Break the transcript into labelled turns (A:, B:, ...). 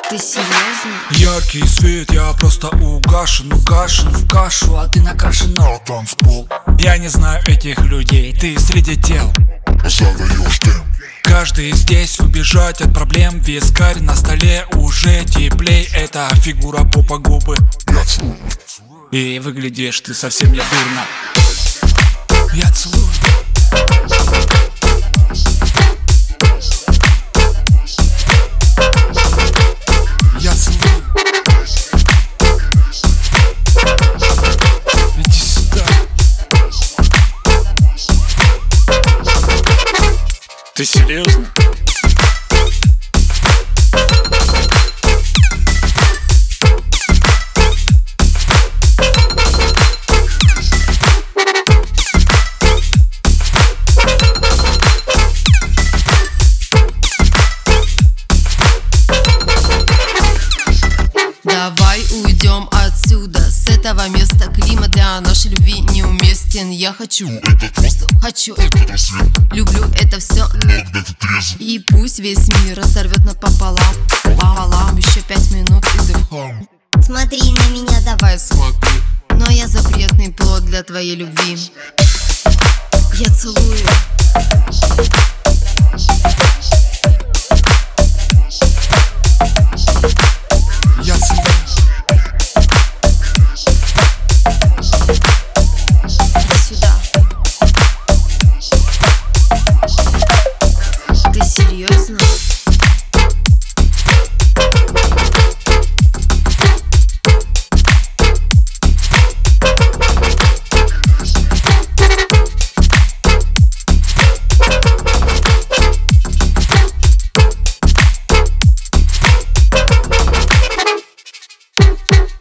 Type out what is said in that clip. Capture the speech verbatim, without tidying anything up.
A: Ты серьезно?
B: Яркий свет, я просто угашен, угашен в кашу, а ты накрашен на танцпол. Я не знаю этих людей, ты среди тел
C: задаешь темп.
B: Каждый здесь убежать от проблем. Вискарь на столе уже теплей. Это фигура попа губы.
C: Я целую.
B: И выглядишь ты совсем не дурно. Я целую. Я целую. Иди сюда. Ты серьезно?
A: Давай уйдем отсюда. С этого места климат для нашей любви неуместен. Я хочу, что хочу, люблю это все. И пусть весь мир разорвет напополам. Пополам, еще пять минут и дыхом.
D: Смотри на меня, давай.
A: Смотри. Но я запретный плод для твоей любви. Я целую.
B: Я целую.
A: Иди сюда. Ты серьезно?